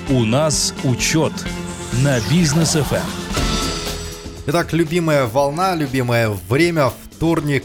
У нас учет на Бизнес ФМ. Итак, любимая волна, любимое время, вторник,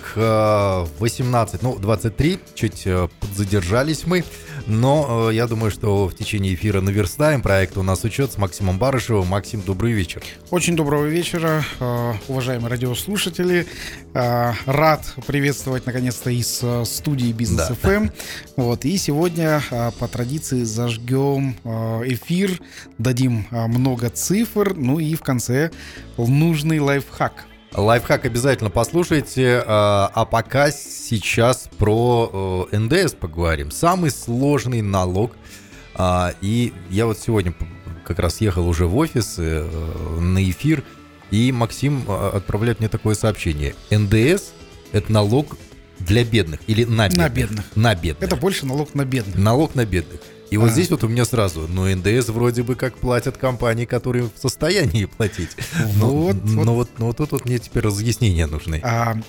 23, чуть задержались мы, но я думаю, что в течение эфира наверстаем. Проект «У нас учет» с Максимом Барышевым. Максим, добрый вечер. Очень доброго вечера, уважаемые радиослушатели. Рад приветствовать наконец-то из студии Бизнес ФМ. Вот, и сегодня по традиции зажгем эфир, дадим много цифр, ну и в конце нужный лайфхак. Лайфхак обязательно послушайте, а пока сейчас про НДС поговорим. Самый сложный налог. И я вот сегодня как раз ехал уже в офис на эфир, и Максим отправляет мне такое сообщение. НДС – это налог для бедных или на бедных? На бедных. Это больше налог на бедных. Налог на бедных. И вот здесь вот у меня сразу, НДС вроде бы как платят компании, которые в состоянии платить. Но тут мне теперь разъяснения нужны.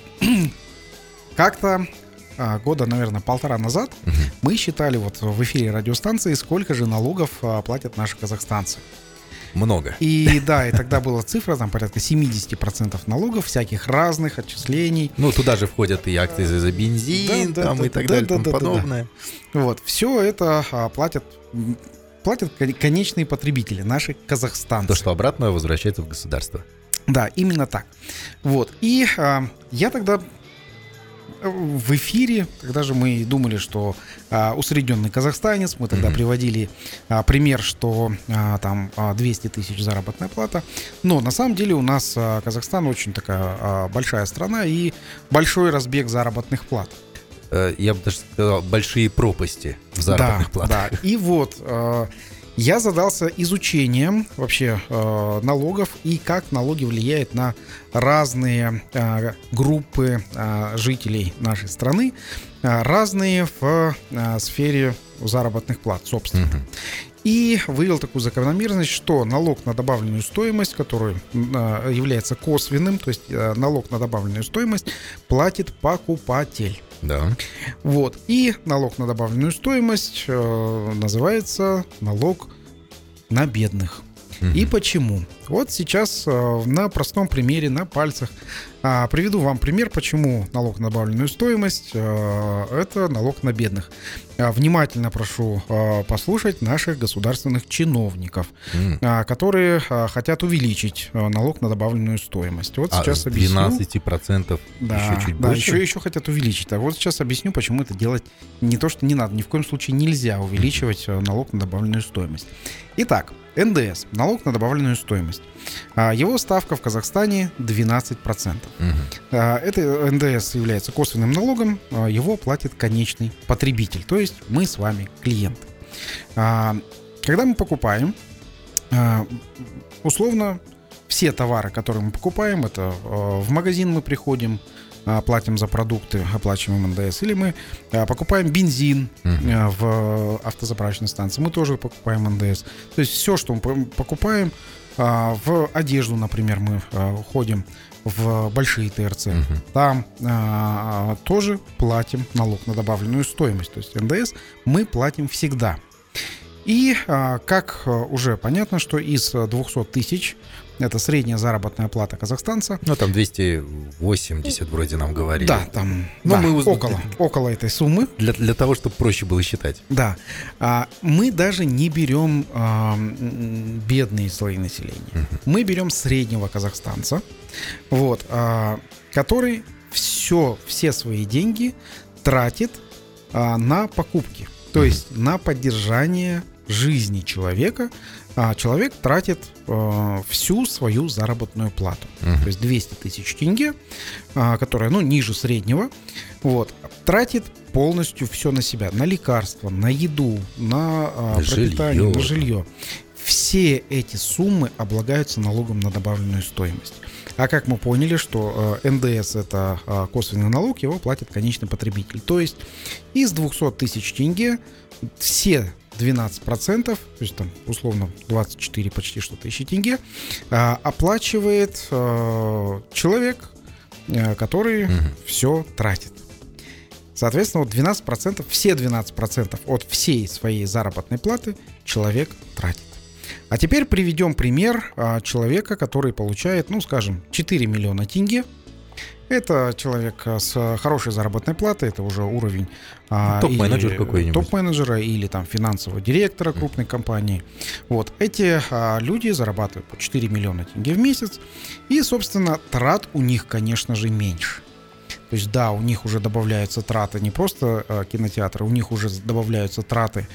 Как-то года, наверное, 1,5 назад мы считали вот в эфире радиостанции, сколько же налогов платят наши казахстанцы. Много. И да, и тогда была цифра, там порядка 70% налогов, всяких разных отчислений. Ну, туда же входят и акцизы за бензин, и так далее, и тому подобное. Вот, все это платят конечные потребители, наши казахстанцы. То, что обратно возвращается в государство. Да, именно так. Вот, и я тогда в эфире, когда же мы думали, что усредненный казахстанец, мы тогда приводили пример, что там 200 тысяч заработная плата, но на самом деле у нас Казахстан очень такая большая страна и большой разбег заработных плат. Я бы даже сказал, большие пропасти в заработных платах. Да, и вот я задался изучением вообще налогов и как налоги влияют на разные группы жителей нашей страны, разные в сфере заработных плат, собственно. И вывел такую закономерность, что налог на добавленную стоимость, который является косвенным, то есть налог на добавленную стоимость платит покупатель. Да. Вот. И налог на добавленную стоимость называется налог на бедных. И почему? Вот сейчас на простом примере, на пальцах приведу вам пример, почему налог на добавленную стоимость это налог на бедных. Внимательно прошу послушать наших государственных чиновников, которые хотят увеличить налог на добавленную стоимость. Вот сейчас объясню. 12% еще чуть больше? Да, еще хотят увеличить. А вот сейчас объясню, почему это делать не то, что не надо. Ни в коем случае нельзя увеличивать налог на добавленную стоимость. Итак, НДС, налог на добавленную стоимость. Его ставка в Казахстане 12%. Это НДС является косвенным налогом, его платит конечный потребитель, то есть мы с вами клиенты. Когда мы покупаем, условно, все товары, которые мы покупаем, это в магазин мы приходим, платим за продукты, оплачиваем НДС, или мы покупаем бензин в автозаправочной станции, мы тоже покупаем НДС. То есть все, что мы покупаем, в одежду, например, мы ходим в большие ТРЦ, там тоже платим налог на добавленную стоимость, то есть НДС мы платим всегда. И как уже понятно, что из 200 тысяч, это средняя заработная плата казахстанца. Ну, там 280 вроде нам говорили. Да, там мы около этой суммы. Для того, чтобы проще было считать. Да. Мы даже не берем бедные слои населения. Мы берем среднего казахстанца, вот, который все свои деньги тратит на покупки. То есть на поддержание жизни человека. Человек тратит всю свою заработную плату. То есть 200 тысяч тенге, которая ниже среднего, вот, тратит полностью все на себя. На лекарства, на еду, на пропитание, на жилье. Все эти суммы облагаются налогом на добавленную стоимость. А как мы поняли, что НДС это косвенный налог, его платит конечный потребитель. То есть из 200 тысяч тенге все 12%, то есть там условно 24 почти что тысячи тенге, оплачивает человек, который все тратит. Соответственно, вот 12%, все 12% от всей своей заработной платы человек тратит. А теперь приведем пример человека, который получает, ну, скажем, 4 миллиона тенге. Это человек с хорошей заработной платой, это уже уровень топ-менеджер какой-нибудь. Топ-менеджера или там финансового директора крупной компании. Вот. Эти люди зарабатывают по 4 миллиона тенге в месяц, и, собственно, трат у них, конечно же, меньше. То есть, да, у них уже добавляются траты не просто кинотеатры, у них уже добавляются траты.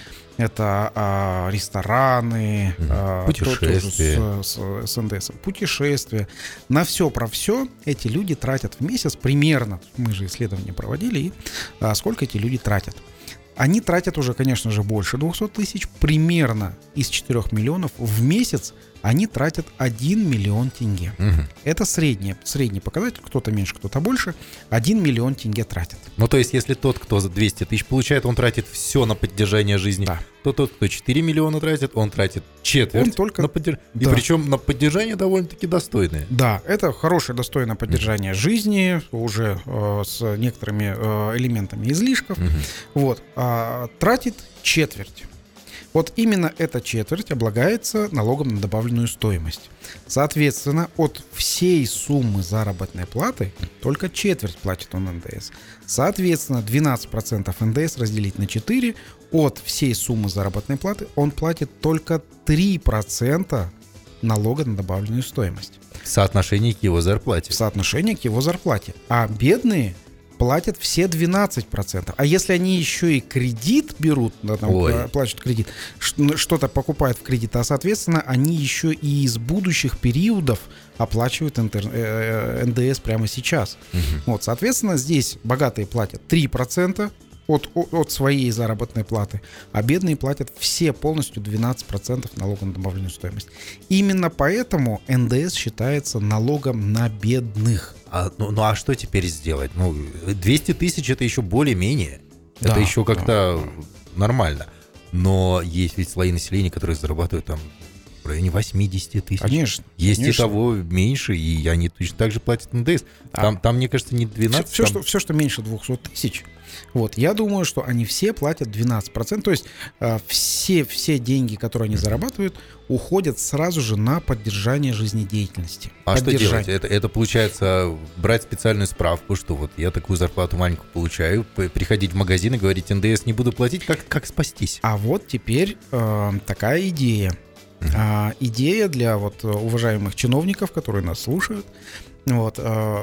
Это рестораны, путешествия. С НДС, путешествия. На все про все эти люди тратят в месяц примерно, мы же исследования проводили, и сколько эти люди тратят. Они тратят уже, конечно же, больше 200 тысяч, примерно из 4 миллионов в месяц они тратят 1 миллион тенге. Угу. Это средний показатель, кто-то меньше, кто-то больше, 1 миллион тенге тратят. Ну, то есть, если тот, кто за 200 тысяч получает, он тратит все на поддержание жизни, да. то тот, кто 4 миллиона тратит, он тратит четверть на поддержание. Да. И причем на поддержание довольно-таки достойное. Да, это хорошее, достойное поддержание жизни, уже с некоторыми элементами излишков. Вот, тратит четверть. Вот именно эта четверть облагается налогом на добавленную стоимость. Соответственно, от всей суммы заработной платы только четверть платит он НДС. Соответственно, 12% НДС разделить на 4, от всей суммы заработной платы он платит только 3% налога на добавленную стоимость. В соотношении к его зарплате. В соотношении к его зарплате. А бедные платят все 12%. А если они еще и кредит берут, платят кредит, что-то покупают в кредит, а соответственно они еще и из будущих периодов оплачивают НДС прямо сейчас. Вот, соответственно, здесь богатые платят 3% от своей заработной платы, а бедные платят все полностью 12% налога на добавленную стоимость. Именно поэтому НДС считается налогом на бедных. Ну а что теперь сделать? 200 тысяч это еще более-менее. Да, это еще как-то нормально. Но есть ведь слои населения, которые зарабатывают там в районе 80 тысяч. Конечно. Есть конечно. и того меньше, и они точно так же платят НДС. Там, мне кажется, не 12. Все, что меньше 200 тысяч. Вот, я думаю, что они все платят 12%. То есть все деньги, которые они зарабатывают, уходят сразу же на поддержание жизнедеятельности. А что делать? Это получается брать специальную справку, что вот я такую зарплату маленькую получаю, приходить в магазин и говорить, НДС не буду платить, как спастись? А вот теперь такая идея. Идея для вот уважаемых чиновников, которые нас слушают. Вот,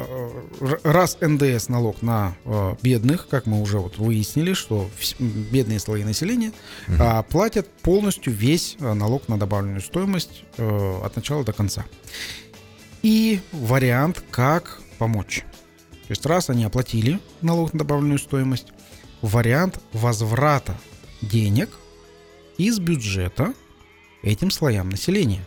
раз НДС налог на бедных, как мы уже вот выяснили, что бедные слои населения платят полностью весь налог на добавленную стоимость от начала до конца. И вариант, как помочь. То есть раз они оплатили налог на добавленную стоимость, вариант возврата денег из бюджета этим слоям населения.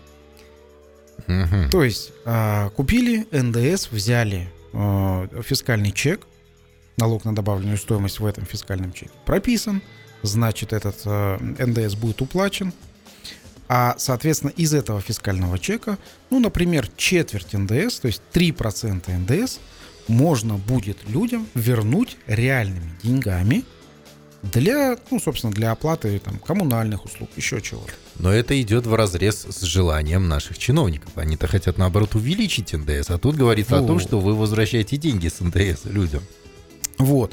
То есть купили НДС, взяли фискальный чек, налог на добавленную стоимость в этом фискальном чеке прописан, значит, этот НДС будет уплачен, а, соответственно, из этого фискального чека, например, четверть НДС, то есть 3% НДС можно будет людям вернуть реальными деньгами для, собственно, для оплаты там коммунальных услуг, еще чего-то. Но это идет вразрез с желанием наших чиновников. Они-то хотят, наоборот, увеличить НДС, а тут говорится о том, что вы возвращаете деньги с НДС людям. Вот.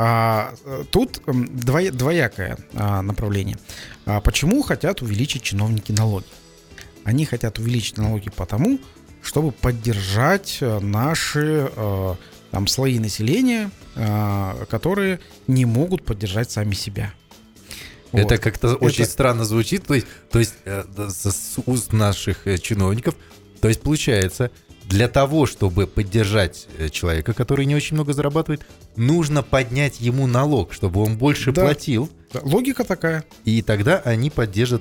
Тут двоякое направление. Почему хотят увеличить чиновники налоги? Они хотят увеличить налоги потому, чтобы поддержать наши слои населения, которые не могут поддержать сами себя. Это как-то очень странно звучит, то есть с уст наших чиновников. То есть получается, для того, чтобы поддержать человека, который не очень много зарабатывает, нужно поднять ему налог, чтобы он больше платил. Да. Логика такая. И тогда они поддержат.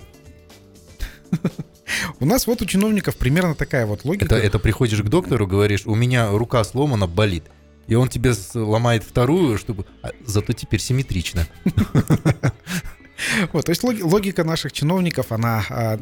У нас вот у чиновников примерно такая вот логика. Это приходишь к доктору, говоришь, у меня рука сломана, болит. И он тебе ломает вторую, чтобы... зато теперь симметрично. Вот, то есть логика наших чиновников, она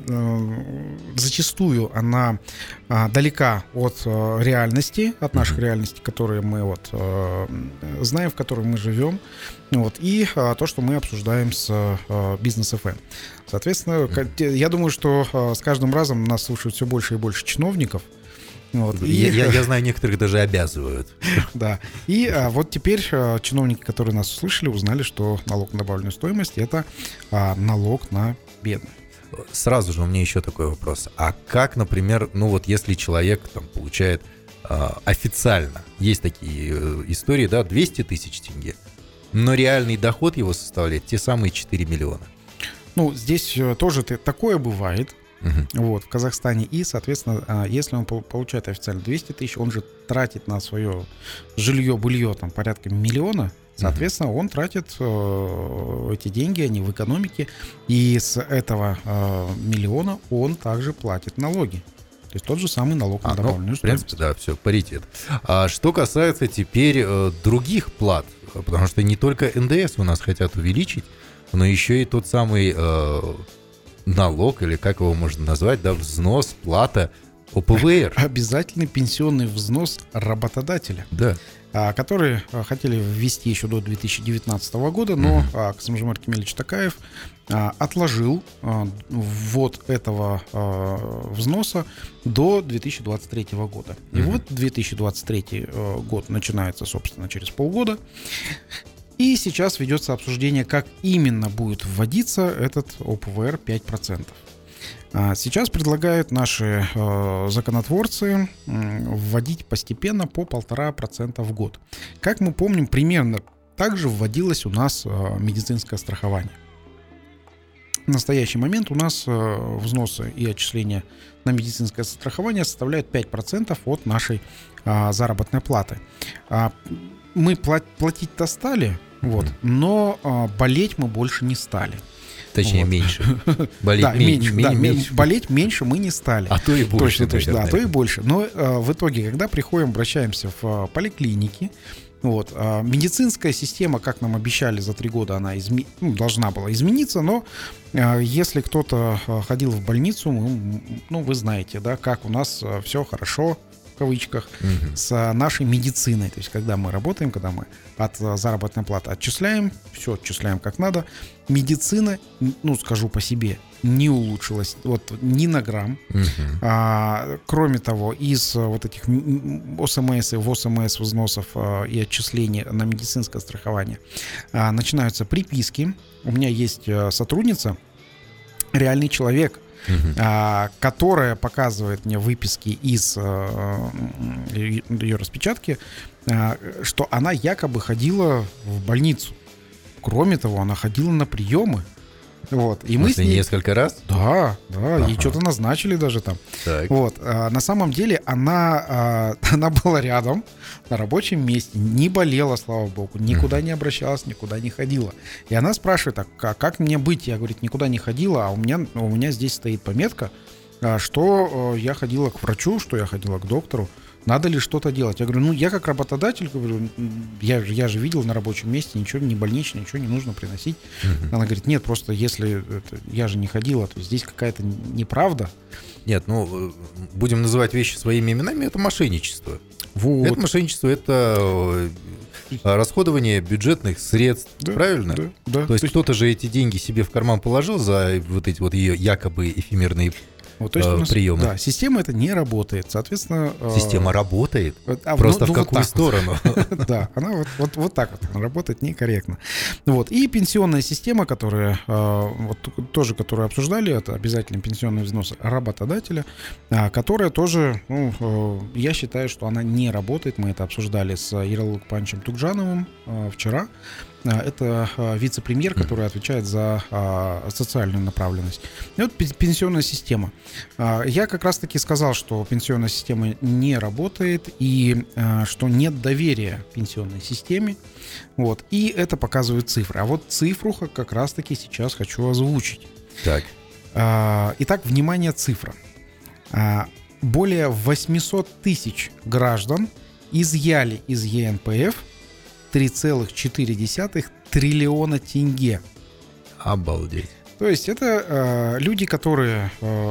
зачастую она далека от реальности, от наших реальностей, которые мы вот знаем, в которой мы живем, вот, и то, что мы обсуждаем с Бизнес ФМ. Соответственно, я думаю, что с каждым разом нас слушают все больше и больше чиновников. Вот, я знаю, некоторых даже обязывают. Да. И вот теперь чиновники, которые нас услышали, узнали, что налог на добавленную стоимость — это налог на бедных. Сразу же у меня еще такой вопрос. А как, например, ну вот если человек там получает официально, есть такие истории, да, 200 тысяч тенге, но реальный доход его составляет те самые 4 миллиона. Ну, здесь тоже такое бывает. Вот, в Казахстане. И, соответственно, если он получает официально 200 тысяч, он же тратит на свое жилье-белье там порядка миллиона. Соответственно, он тратит эти деньги, они в экономике. И с этого миллиона он также платит налоги. То есть тот же самый налог на добавленную стоимость. В принципе, да, все, паритет. А что касается теперь других плат, потому что не только НДС у нас хотят увеличить, но еще и тот самый... налог, или как его можно назвать, да, взнос, плата ОПВР. Обязательный пенсионный взнос работодателя, да, который хотели ввести еще до 2019 года, но Касым-Жомарт Кемелевич Токаев отложил ввод этого взноса до 2023 года. И вот 2023 год начинается, собственно, через полгода. И сейчас ведется обсуждение, как именно будет вводиться этот ОПВР 5%. Сейчас предлагают наши законотворцы вводить постепенно по 1,5% в год. Как мы помним, примерно так же вводилось у нас медицинское страхование. В настоящий момент у нас взносы и отчисления на медицинское страхование составляют 5% от нашей заработной платы. Мы платить-то стали, вот, но болеть мы больше не стали. Точнее, вот. Меньше. Болеть да, меньше. Болеть меньше мы не стали. А то и больше. Точно, да, а то и больше. Но в итоге, когда приходим, обращаемся в поликлиники, вот, медицинская система, как нам обещали за 3 года, она должна была измениться, но если кто-то ходил в больницу, вы знаете, да, как у нас все хорошо, в кавычках, с нашей медициной. То есть, когда мы работаем, когда мы от заработной платы отчисляем, все отчисляем как надо, медицина, скажу по себе, не улучшилась вот ни на грамм. Кроме того, из вот этих ОСМС и ВОСМС взносов и отчислений на медицинское страхование начинаются приписки. У меня есть сотрудница, реальный человек, которая показывает мне выписки из ее распечатки, что она якобы ходила в больницу. Кроме того, она ходила на приемы. Вот. И мы с ней... несколько раз? Да, ей что-то назначили даже там. Так. Вот. На самом деле она была рядом, на рабочем месте, не болела, слава богу, никуда не обращалась, никуда не ходила. И она спрашивает, а как мне быть? Я, говорю, никуда не ходила, а у меня здесь стоит пометка, что я ходила к врачу, что я ходила к доктору. Надо ли что-то делать? Я говорю, я как работодатель, говорю, я же видел на рабочем месте, ничего не больничное, ничего не нужно приносить. Она говорит, нет, просто если я же не ходила, то здесь какая-то неправда. Нет, будем называть вещи своими именами, это мошенничество. Вот. Это мошенничество, это расходование бюджетных средств, да, правильно? Да. То есть кто-то же эти деньги себе в карман положил за вот эти вот ее якобы эфемерные то есть у нас, приемы. Да, система эта не работает, соответственно... Система работает, просто в какую сторону? Да, она вот так вот работает некорректно. Вот. И пенсионная система, которая которую обсуждали, это обязательный пенсионный взнос работодателя, которая тоже, я считаю, что она не работает. Мы это обсуждали с Ералык-Панчем Тукжановым вчера. Это вице-премьер, который отвечает за социальную направленность. И вот пенсионная система. Я как раз-таки сказал, что пенсионная система не работает и что нет доверия пенсионной системе. Вот. И это показывают цифры. А вот цифру как раз-таки сейчас хочу озвучить. Так. Итак, внимание, цифра. Более 800 тысяч граждан изъяли из ЕНПФ 3,4 триллиона тенге. Обалдеть. То есть это люди, которые,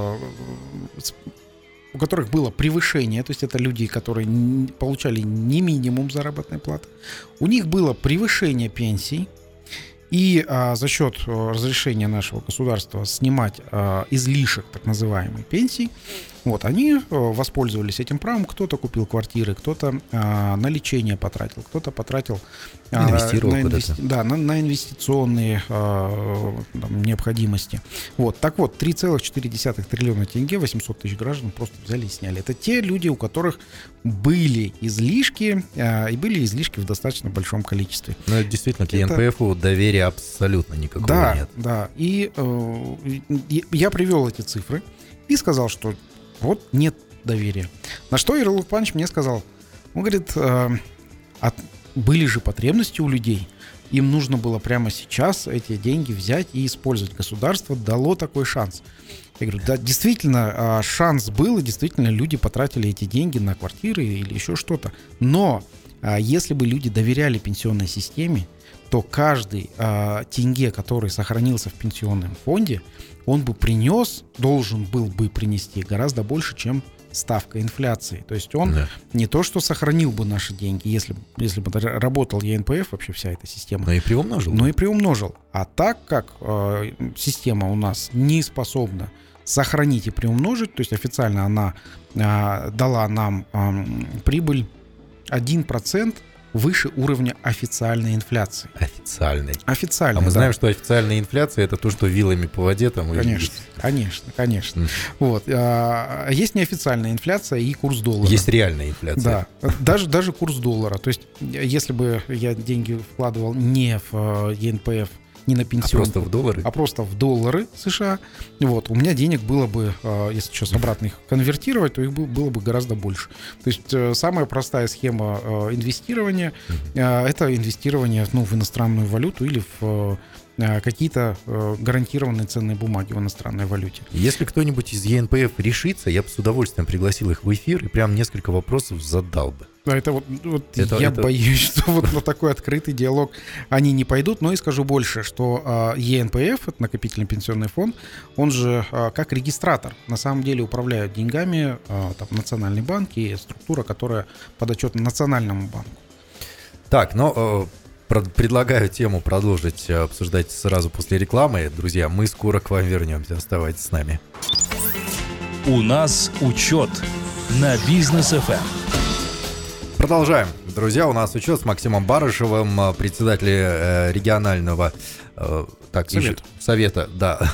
у которых было превышение, то есть это люди, которые получали не минимум заработной платы, у них было превышение пенсий, и за счет разрешения нашего государства снимать излишек так называемой пенсии, вот, они воспользовались этим правом. Кто-то купил квартиры, кто-то на лечение потратил, кто-то потратил инвестировал на инвестиционные необходимости. Вот. Так вот, 3,4 триллиона тенге, 800 тысяч граждан просто взяли и сняли. Это те люди, у которых были излишки, и были излишки в достаточно большом количестве. Ну, это действительно, к ЕНПФу доверия абсолютно никакого нет. Да, и я привел эти цифры и сказал, что вот нет доверия. На что Ерулук Панович мне сказал, он говорит, были же потребности у людей, им нужно было прямо сейчас эти деньги взять и использовать. Государство дало такой шанс. Я говорю, да, действительно, шанс был, и действительно люди потратили эти деньги на квартиры или еще что-то. Но если бы люди доверяли пенсионной системе, то каждый тенге, который сохранился в пенсионном фонде, он бы должен был бы принести гораздо больше, чем ставка инфляции. То есть он не то, что сохранил бы наши деньги, если бы работал ЕНПФ, вообще вся эта система. Но и приумножил. А так как система у нас не способна сохранить и приумножить, то есть официально она дала нам прибыль 1% выше уровня официальной инфляции. Официальной. Официальной. А мы знаем, что официальная инфляция — это то, что вилами по воде там. Конечно. Вот. Есть неофициальная инфляция и курс доллара. Есть реальная инфляция. Да. Даже курс доллара. То есть, если бы я деньги вкладывал не в ЕНПФ, не на пенсионку, просто в доллары США. Вот, у меня денег было бы, если сейчас обратно их конвертировать, то их было бы гораздо больше. То есть самая простая схема инвестирования это инвестирование в иностранную валюту или в какие-то гарантированные ценные бумаги в иностранной валюте. Если кто-нибудь из ЕНПФ решится, я бы с удовольствием пригласил их в эфир и прям несколько вопросов задал бы. Я боюсь, что вот на такой открытый диалог они не пойдут, но и скажу больше, что ЕНПФ, это накопительный пенсионный фонд, он же как регистратор на самом деле управляют деньгами там, Национальный банк и структура, которая подотчетна Национальному банку. Так, предлагаю тему продолжить обсуждать сразу после рекламы. Друзья, мы скоро к вам вернемся. Оставайтесь с нами. У нас учет на Бизнес FM. Продолжаем. Друзья, у нас учет с Максимом Барышевым, председателем регионального совета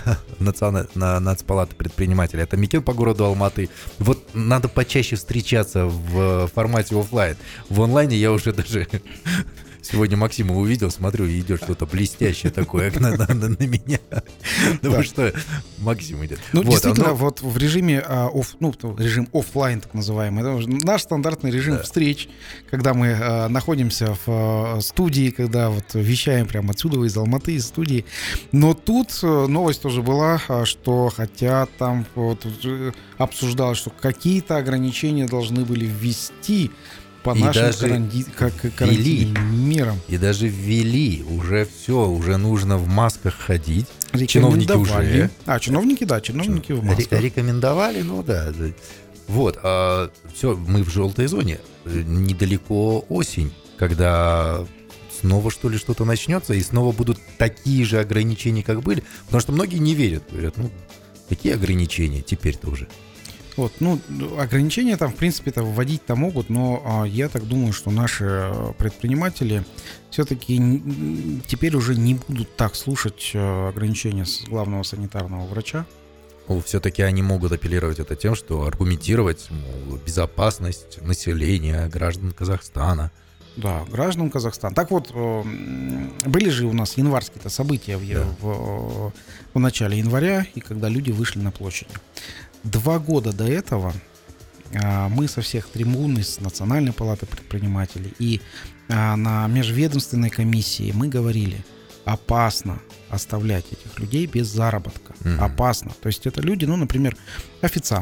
Нацпалаты предпринимателей. Это Микин по городу Алматы. Вот надо почаще встречаться в формате офлайн. В онлайне я уже даже... Сегодня Максима увидел, смотрю, идет что-то блестящее такое на меня. Потому что Максим идет. Действительно, вот в режиме режим офлайн, так называемый, это наш стандартный режим встреч, когда мы находимся в студии, когда вот вещаем прямо отсюда, из Алматы, из студии. Но тут новость тоже была, что хотя там обсуждалось, что какие-то ограничения должны были ввести по нашим карантинным мерам. И даже ввели. Уже все, уже нужно в масках ходить. Чиновники уже. Чиновники в масках. Рекомендовали, Вот, все, мы в желтой зоне. Недалеко осень, когда снова что-то начнется, и снова будут такие же ограничения, как были. Потому что многие не верят. Говорят, какие ограничения теперь-то уже? Ограничения там, в принципе-то, вводить-то могут, но я так думаю, что наши предприниматели все-таки теперь уже не будут так слушать ограничения с главного санитарного врача. Все-таки они могут апеллировать это тем, что аргументировать безопасность населения, граждан Казахстана. Да, граждан Казахстана. Так вот, были же у нас январские-то события в начале января, и когда люди вышли на площади. 2 года до этого мы со всех трибун, с Национальной палаты предпринимателей и на межведомственной комиссии мы говорили, опасно оставлять этих людей без заработка. Опасно. То есть это люди, например, официанты,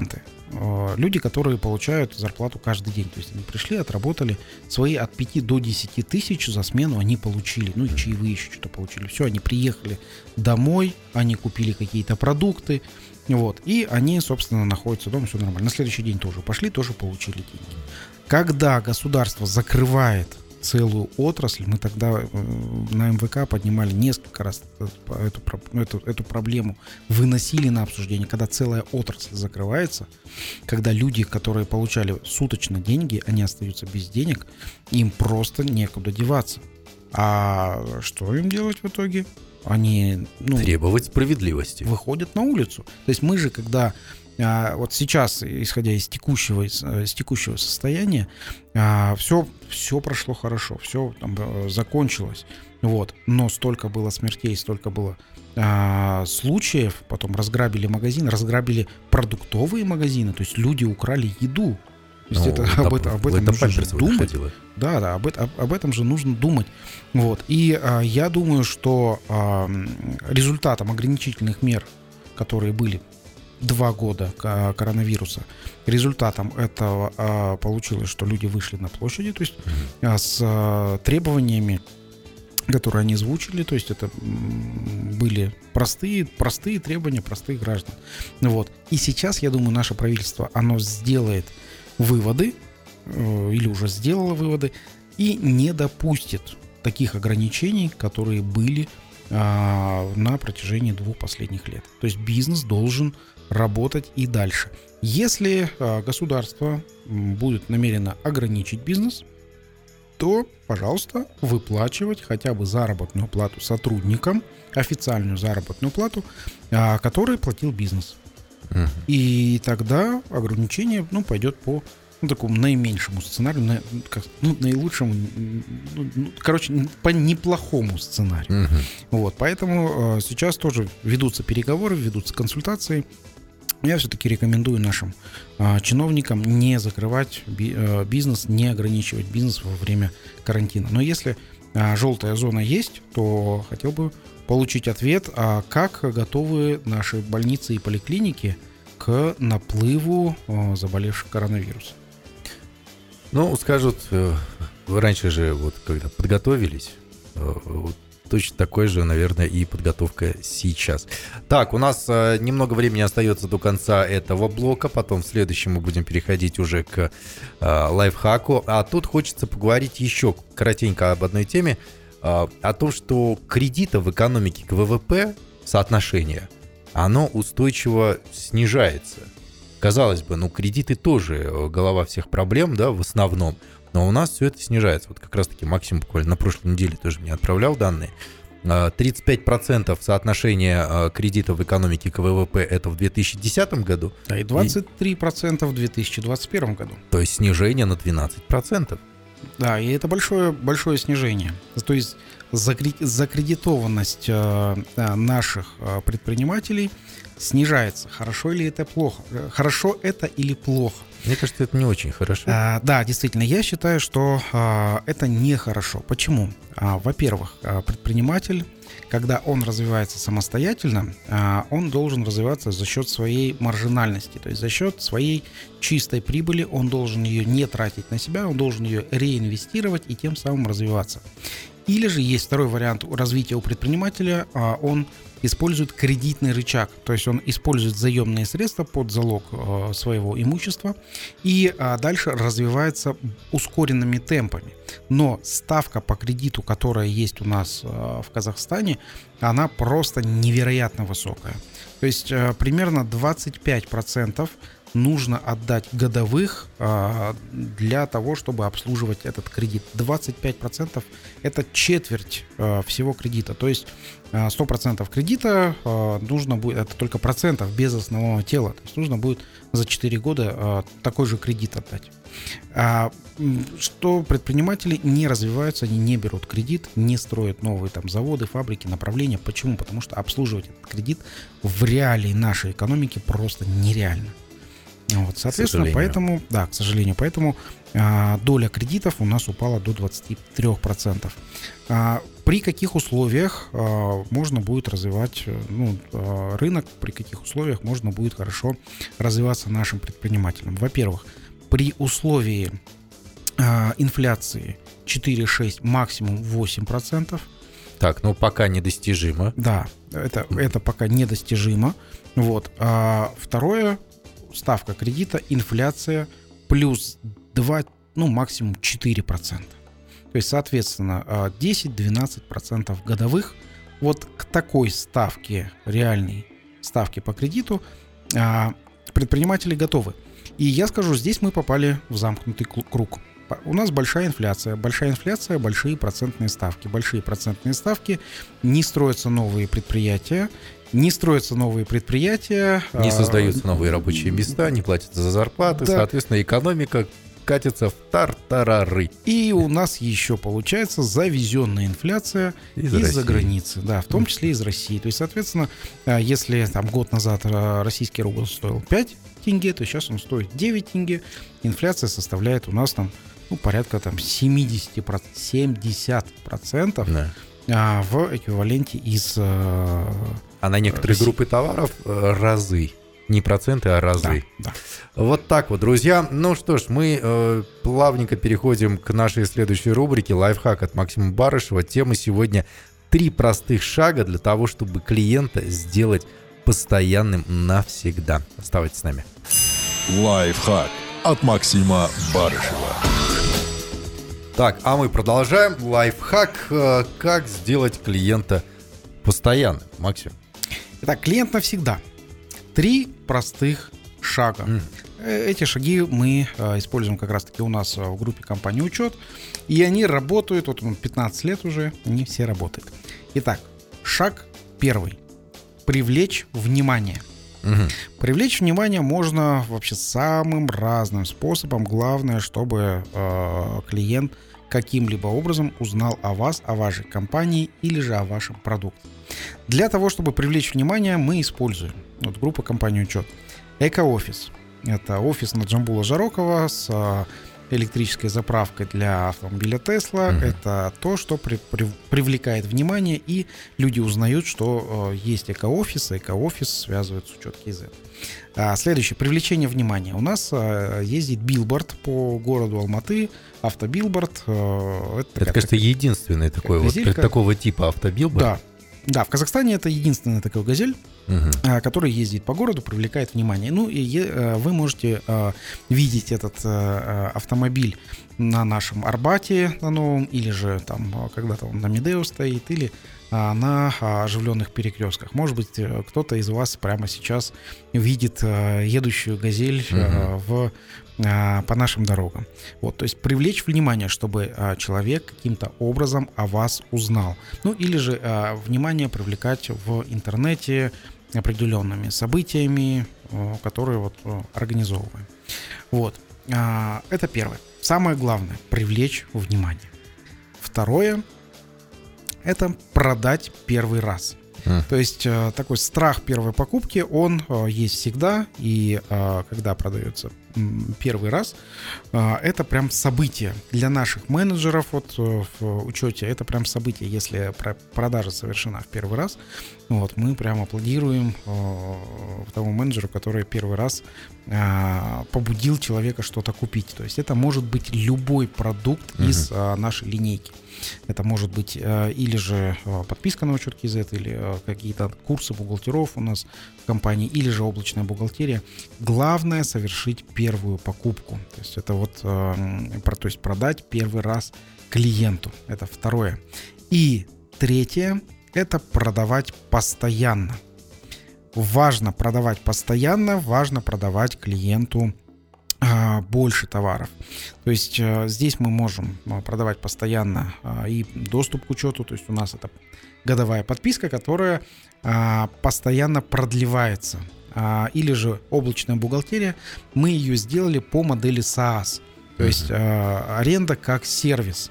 люди, которые получают зарплату каждый день. То есть они пришли, отработали свои от 5 до 10 тысяч за смену, они получили. Ну и чаевые еще что-то получили. Все, они приехали домой, они купили какие-то продукты. Вот, и они, собственно, находятся дома, все нормально. На следующий день тоже пошли, тоже получили деньги. Когда государство закрывает целую отрасль, мы тогда на МВК поднимали несколько раз эту проблему, выносили на обсуждение, когда целая отрасль закрывается, когда люди, которые получали суточно деньги, они остаются без денег, им просто некуда деваться. А что им делать в итоге? Они требовать справедливости. Выходят на улицу. То есть мы же, когда вот сейчас, исходя из текущего состояния, все прошло хорошо, все там закончилось. Вот. Но столько было смертей, столько было случаев. Потом разграбили магазин, разграбили продуктовые магазины. То есть люди украли еду. То есть об этом нужно же думать. Да, об этом же нужно думать. Вот. И я думаю, что результатом ограничительных мер, которые были 2 года коронавируса, результатом этого получилось, что люди вышли на площади, то есть с требованиями, которые они озвучили, то есть это были простые требования простых граждан. Вот. И сейчас, я думаю, наше правительство, оно сделает выводы, или уже сделало выводы, и не допустит таких ограничений, которые были на протяжении 2 последних лет. То есть бизнес должен работать и дальше. Если государство будет намерено ограничить бизнес, то, пожалуйста, выплачивать хотя бы заработную плату сотрудникам, официальную заработную плату, которую платил бизнес. И тогда ограничение пойдет по такому наименьшему сценарию, наилучшему, по неплохому сценарию. Вот, поэтому сейчас тоже ведутся переговоры, ведутся консультации. Я все-таки рекомендую нашим чиновникам не закрывать бизнес, не ограничивать бизнес во время карантина. Но если желтая зона есть, то хотел бы получить ответ, как готовы наши больницы и поликлиники к наплыву заболевших коронавирусом. Скажут, вы раньше же когда подготовились, точно такой же, наверное, и подготовка сейчас. Так, у нас немного времени остается до конца этого блока, потом в следующем мы будем переходить уже к лайфхаку. А тут хочется поговорить еще коротенько об одной теме, о том, что кредиты в экономике к ВВП, соотношение, оно устойчиво снижается. Казалось бы, кредиты тоже голова всех проблем, да, в основном, но у нас все это снижается. Вот как раз-таки Максим буквально на прошлой неделе тоже мне отправлял данные. 35% соотношения кредитов в экономике к ВВП это в 2010 году. Да, и 23% в 2021 году. То есть снижение на 12%. Да, и это большое снижение. То есть закредитованность наших предпринимателей снижается. Хорошо или это плохо? Хорошо это или плохо? Мне кажется, это не очень хорошо. Да, действительно, я считаю, что это нехорошо. Почему? Во-первых, предприниматель, когда он развивается самостоятельно, он должен развиваться за счет своей маржинальности, то есть за счет своей чистой прибыли. Он должен ее не тратить на себя, он должен ее реинвестировать и тем самым развиваться. Или же есть второй вариант развития у предпринимателя, он использует кредитный рычаг, то есть он использует заемные средства под залог своего имущества и дальше развивается ускоренными темпами. Но ставка по кредиту, которая есть у нас в Казахстане, она просто невероятно высокая. То есть примерно 25% нужно отдать годовых для того, чтобы обслуживать этот кредит. 25% это четверть всего кредита. То есть 100% кредита нужно будет, это только процентов без основного тела. То есть нужно будет за 4 года такой же кредит отдать. Что предприниматели не развиваются, они не берут кредит, не строят новые заводы, фабрики, направления. Почему? Потому что обслуживать этот кредит в реалии нашей экономики просто нереально. Вот, соответственно, поэтому, к сожалению, доля кредитов у нас упала до 23%. При каких условиях можно будет развивать рынок, при каких условиях можно будет хорошо развиваться нашим предпринимателям? Во-первых, при условии инфляции 4-6, максимум 8%. Так, пока недостижимо. Да, это пока недостижимо. Вот. Второе, ставка кредита, инфляция плюс 2, максимум 4%. То есть, соответственно, 10-12% годовых. Вот к такой ставке, реальной ставке по кредиту, предприниматели готовы. И я скажу, здесь мы попали в замкнутый круг. У нас большая инфляция, большие процентные ставки. Большие процентные ставки, не строятся новые предприятия. Не создаются новые рабочие места, не платятся за зарплаты, да. Соответственно, экономика катится в тартарары. И у нас еще получается завезенная инфляция из-за границы, да, в том числе из России. То есть, соответственно, если год назад российский рубль стоил 5 тенге, то сейчас он стоит 9 тенге. Инфляция составляет у нас порядка 70%, да. В эквиваленте из... А на некоторые группы товаров разы. Не проценты, а разы. Да. Вот так вот, друзья. Ну что ж, мы плавненько переходим к нашей следующей рубрике «Лайфхак» от Максима Барышева. Тема сегодня 3 простых шага для того, чтобы клиента сделать постоянным навсегда. Оставайтесь с нами. Лайфхак от Максима Барышева. Так, а мы продолжаем. Лайфхак, как сделать клиента постоянным. Максим. Итак, клиент навсегда. 3 простых шага. Эти шаги мы используем как раз-таки у нас в группе компании «Учет». И они работают, 15 лет уже, они все работают. Итак, шаг первый. Привлечь внимание. Привлечь внимание можно вообще самым разным способом. Главное, чтобы клиент каким-либо образом узнал о вас, о вашей компании или же о вашем продукте. Для того, чтобы привлечь внимание, мы используем группа компании «Учет». Эко-офис. Это офис на Джамбула Жарокова с электрической заправкой для автомобиля Tesla. Это то, что привлекает внимание, и люди узнают, что есть эко-офис, и эко-офис связывает с Учет КЗ. Следующее. Привлечение внимания. У нас ездит билборд по городу Алматы, автобилборд. Это, кажется, единственный такого типа автобилборд. Да, в Казахстане это единственный такой «Газель», который ездит по городу, привлекает внимание. Вы можете видеть этот автомобиль на нашем Арбате, на новом, или же когда-то он на Медео стоит, или на оживленных перекрестках. Может быть, кто-то из вас прямо сейчас видит едущую «Газель» по нашим дорогам. То есть привлечь внимание, чтобы человек каким-то образом о вас узнал. Или же внимание привлекать в интернете определенными событиями, которые организовываем. Это первое. Самое главное — привлечь внимание. Второе — это продать первый раз. То есть такой страх первой покупки, он есть всегда, и когда продается первый раз, это прям событие для наших менеджеров в учете. Это прям событие, если продажа совершена в первый раз. Мы прям аплодируем тому менеджеру, который первый раз побудил человека что-то купить. То есть это может быть любой продукт из нашей линейки. Это может быть или же подписка на Учет КЗ, или какие-то курсы бухгалтеров у нас в компании, или же облачная бухгалтерия. Главное — совершить первую покупку. То есть это продать первый раз клиенту. Это второе. И третье — это продавать постоянно. Важно продавать постоянно, важно продавать клиенту больше товаров. То есть здесь мы можем продавать постоянно и доступ к учету. То есть у нас это годовая подписка, которая постоянно продлевается. Или же облачная бухгалтерия. Мы ее сделали по модели SaaS. То есть аренда как сервис.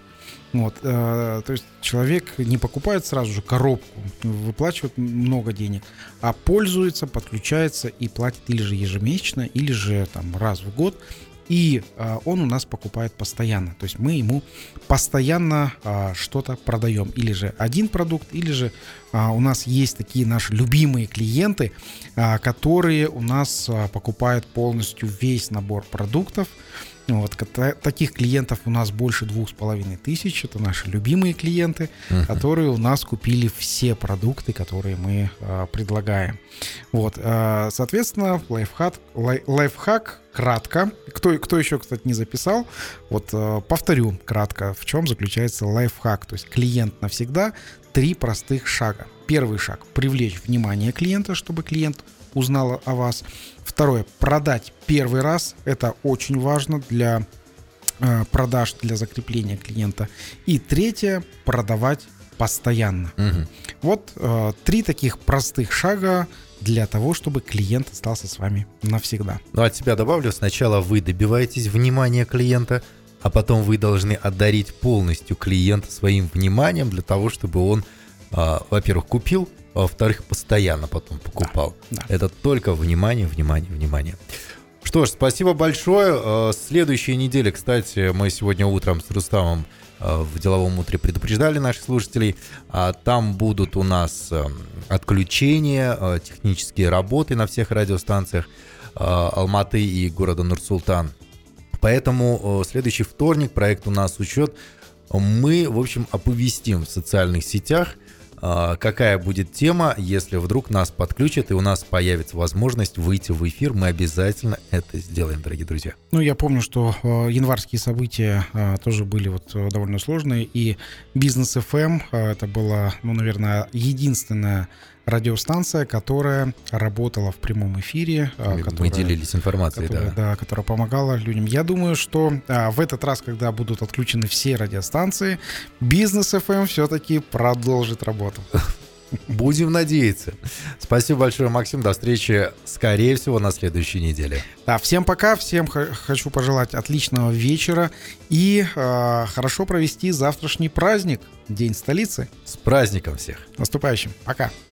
То есть человек не покупает сразу же коробку, выплачивает много денег, а пользуется, подключается и платит или же ежемесячно, или же раз в год и он у нас покупает постоянно. То есть мы ему постоянно что-то продаем. Или же один продукт, или же у нас есть такие наши любимые клиенты, которые у нас покупают полностью весь набор продуктов. Вот, таких клиентов у нас больше 2500. Это наши любимые клиенты, которые у нас купили все продукты, которые мы предлагаем. Вот, соответственно, лайфхак кратко. Кто еще, кстати, не записал, вот повторю кратко, в чем заключается лайфхак. То есть клиент навсегда, 3 простых шага. Первый шаг — привлечь внимание клиента, чтобы клиент узнал о вас. Второе — продать первый раз. Это очень важно для продаж, для закрепления клиента. И третье — продавать постоянно. Вот 3 таких простых шага для того, чтобы клиент остался с вами навсегда. Ну, от себя добавлю, сначала вы добиваетесь внимания клиента, а потом вы должны одарить полностью клиента своим вниманием для того, чтобы он, во-первых, купил, а во-вторых, постоянно потом покупал. Да. Это только внимание, внимание, внимание. Что ж, спасибо большое. Следующей неделе, кстати, мы сегодня утром с Рустамом в деловом утре предупреждали наших слушателей. Там будут у нас отключения, технические работы на всех радиостанциях Алматы и города Нур-Султан. Поэтому следующий вторник, проект «У нас учет», мы, в общем, оповестим в социальных сетях, какая будет тема. Если вдруг нас подключат и у нас появится возможность выйти в эфир, мы обязательно это сделаем, дорогие друзья. Ну, я помню, что январские события тоже были вот довольно сложные, и Бизнес FM это была, ну, наверное, единственная радиостанция, которая работала в прямом эфире. Мы делились информацией, да, которая помогала людям. Я думаю, что в этот раз, когда будут отключены все радиостанции, Бизнес FM все-таки продолжит работу. Будем надеяться. Спасибо большое, Максим. До встречи, скорее всего, на следующей неделе. Да, всем пока. Всем хочу пожелать отличного вечера и хорошо провести завтрашний праздник, День столицы. С праздником всех. Наступающим. Пока.